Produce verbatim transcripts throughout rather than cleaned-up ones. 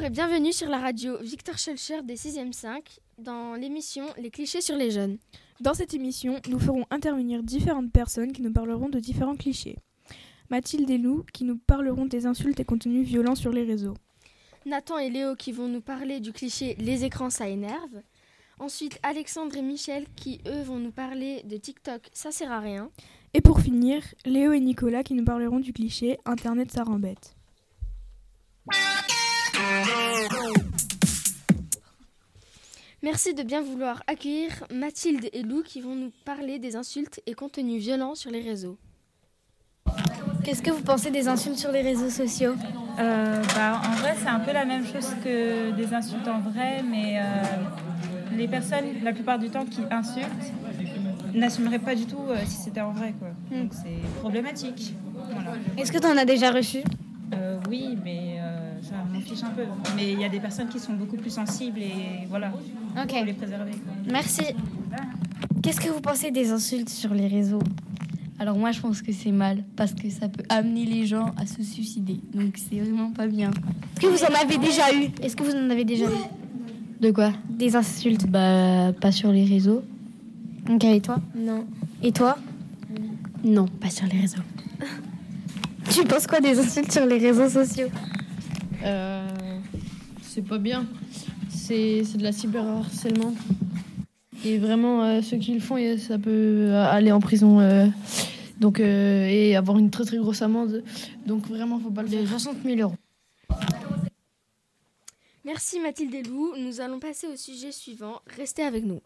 et bienvenue sur la radio Victor Schœlcher des sixième cinq dans l'émission Les clichés sur les jeunes. Dans cette émission, nous ferons intervenir différentes personnes qui nous parleront de différents clichés. Mathilde et Lou qui nous parleront des insultes et contenus violents sur les réseaux. Nathan et Léo qui vont nous parler du cliché Les écrans ça énerve. Ensuite Alexandre et Michel qui eux vont nous parler de TikTok ça sert à rien. Et pour finir, Léo et Nicolas qui nous parleront du cliché Internet ça rend bête. Merci de bien vouloir accueillir Mathilde et Lou qui vont nous parler des insultes et contenus violents sur les réseaux. Qu'est-ce que vous pensez des insultes sur les réseaux sociaux ? euh, bah, En vrai, c'est un peu la même chose que des insultes en vrai, mais euh, les personnes, la plupart du temps, qui insultent, n'assumeraient pas du tout euh, si c'était en vrai, quoi. Donc c'est problématique. Voilà. Est-ce que tu en as déjà reçu ? Euh, oui, mais euh, ça m'en fiche un peu. Mais il y a des personnes qui sont beaucoup plus sensibles et voilà, il Ok. faut les préserver, quoi. Merci. Qu'est-ce que vous pensez des insultes sur les réseaux ? Alors moi je pense que c'est mal parce que ça peut amener les gens à se suicider. Donc c'est vraiment pas bien. Est-ce que vous en avez déjà eu ? Est-ce que vous en avez déjà eu ? De quoi ? Des insultes. Bah pas sur les réseaux. Ok, et toi ? Non. Et toi ? Non, pas sur les réseaux. Tu penses quoi des insultes sur les réseaux sociaux ? Euh, c'est pas bien. C'est, c'est de la cyberharcèlement. Et vraiment, euh, ceux qui le font, ça peut aller en prison euh, donc, euh, et avoir une très très grosse amende. Donc vraiment, faut pas le faire. De soixante mille euros. Merci Mathilde et Lou. Nous allons passer au sujet suivant. Restez avec nous.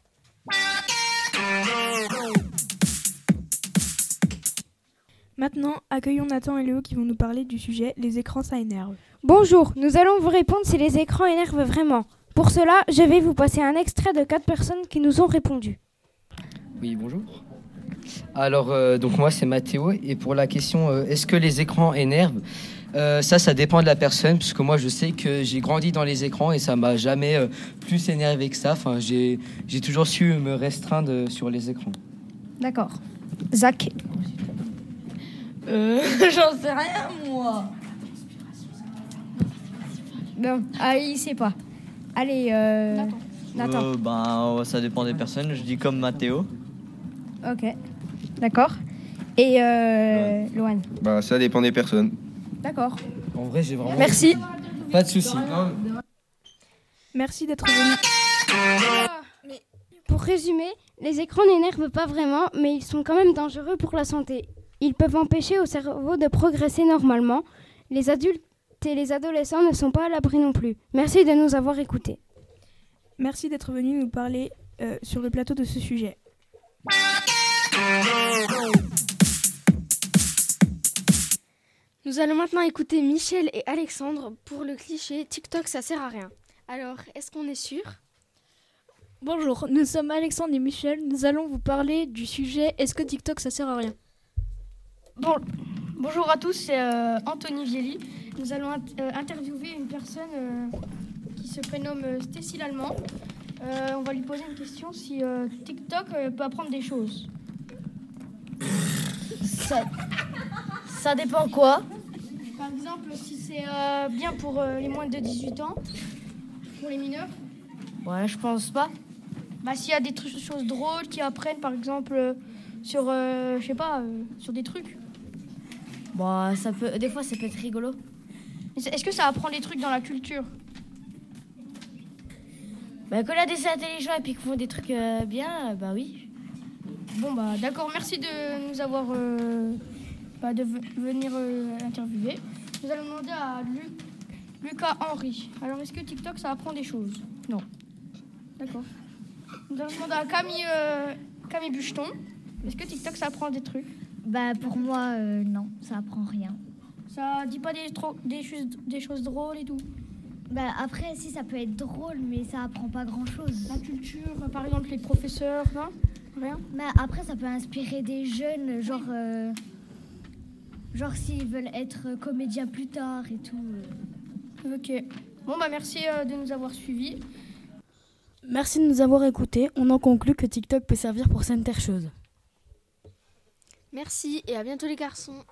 Maintenant, accueillons Nathan et Léo qui vont nous parler du sujet Les écrans ça énerve. Bonjour, nous allons vous répondre si les écrans énervent vraiment. Pour cela, je vais vous passer un extrait de quatre personnes qui nous ont répondu. Oui, bonjour. Alors, euh, donc moi, c'est Mathéo. Et pour la question, euh, est-ce que les écrans énervent ? euh, Ça, ça dépend de la personne. Parce que moi, je sais que j'ai grandi dans les écrans et ça m'a jamais euh, plus énervé que ça. Enfin, j'ai, j'ai toujours su me restreindre sur les écrans. D'accord. Zach ? Euh, j'en sais rien moi. Non, ah, il sait pas. Allez, euh... Nathan. Nathan. Euh, ben, ça dépend des personnes. Je dis comme Mathéo. Ok. D'accord. Et euh... Loane. Bah, ça dépend des personnes. D'accord. En vrai, j'ai vraiment... Merci. Pas de souci. Merci d'être venu. Pour résumer, les écrans n'énervent pas vraiment, mais ils sont quand même dangereux pour la santé. Ils peuvent empêcher au cerveau de progresser normalement. Les adultes et les adolescents ne sont pas à l'abri non plus. Merci de nous avoir écoutés. Merci d'être venu nous parler euh, sur le plateau de ce sujet. Nous allons maintenant écouter Michel et Alexandre pour le cliché TikTok ça sert à rien. Alors, est-ce qu'on est sûr ? Bonjour, nous sommes Alexandre et Michel. Nous allons vous parler du sujet Est-ce que TikTok ça sert à rien ? Bon, bonjour à tous, c'est euh, Anthony Vieli. Nous allons int- euh, interviewer une personne euh, qui se prénomme euh, Stécie Lallemand. Euh, on va lui poser une question si euh, TikTok euh, peut apprendre des choses. Ça, ça dépend quoi ? Par exemple, si c'est euh, bien pour euh, les moins de dix-huit ans, pour les mineurs. Ouais, je pense pas. Bah, s'il y a des tr- choses drôles qui apprennent, par exemple, euh, sur, euh, je sais pas, euh, sur des trucs. Bah, ça peut, des fois, ça peut être rigolo. Est-ce que ça apprend des trucs dans la culture ? Bah, quand il y a des intelligents et puis qu'ils font des trucs euh, bien, euh, bah oui. Bon, bah d'accord, merci de nous avoir, euh, bah, de v- venir euh, interviewer. Nous allons demander à Lu- Lucas Henry. Alors, est-ce que TikTok, ça apprend des choses ? Non. D'accord. Nous allons demander à Camille, euh, Camille Bucheton. Est-ce que TikTok, ça apprend des trucs ? Bah pour moi, euh, non, ça apprend rien. Ça dit pas des, tro- des, choses, des choses drôles et tout ? Bah après, si ça peut être drôle, mais ça apprend pas grand-chose. La culture, par exemple les professeurs, non ? Rien ? Bah après, ça peut inspirer des jeunes, genre, euh, genre s'ils veulent être comédiens plus tard et tout. euh. Ok. Bon bah merci euh, de nous avoir suivis. Merci de nous avoir écoutés. On en conclut que TikTok peut servir pour certaines choses. Merci et à bientôt les garçons.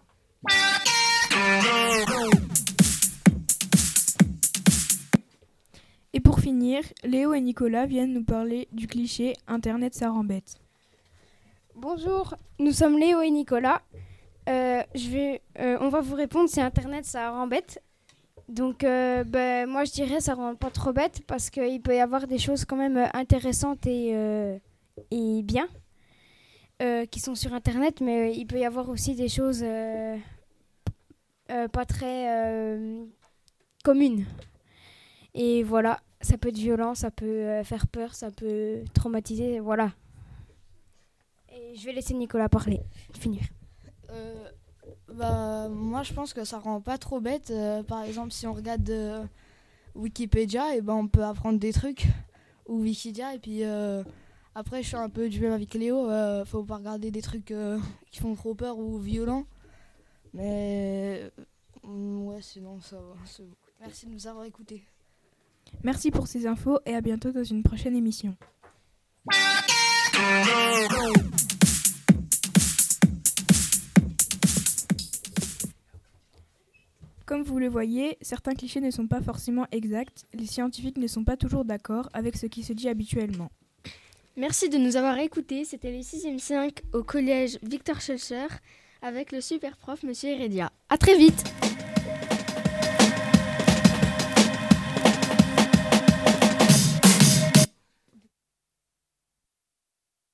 finir, Léo et Nicolas viennent nous parler du cliché « Internet, ça rend bête ». Bonjour, nous sommes Léo et Nicolas. Euh, je vais, euh, on va vous répondre si Internet, ça rend bête. Donc, euh, bah, moi, je dirais ça rend pas trop bête parce qu'il peut y avoir des choses quand même intéressantes et, euh, et bien euh, qui sont sur Internet, mais il peut y avoir aussi des choses euh, euh, pas très euh, communes. Et voilà, ça peut être violent, ça peut euh, faire peur, ça peut traumatiser, voilà. Et je vais laisser Nicolas parler, finir. Euh, bah, moi, je pense que ça rend pas trop bête. Euh, par exemple, si on regarde euh, Wikipédia, et ben, on peut apprendre des trucs. Ou Wikidia. Et puis, euh, après, je suis un peu du même avec Léo. Euh, faut pas regarder des trucs euh, qui font trop peur ou violents. Mais, euh, ouais, sinon, ça va. C'est... Merci de nous avoir écoutés. Merci pour ces infos et à bientôt dans une prochaine émission. Comme vous le voyez, certains clichés ne sont pas forcément exacts. Les scientifiques ne sont pas toujours d'accord avec ce qui se dit habituellement. Merci de nous avoir écoutés. C'était les sixième cinq au collège Victor Schulcher avec le super prof Monsieur Heredia. À très vite.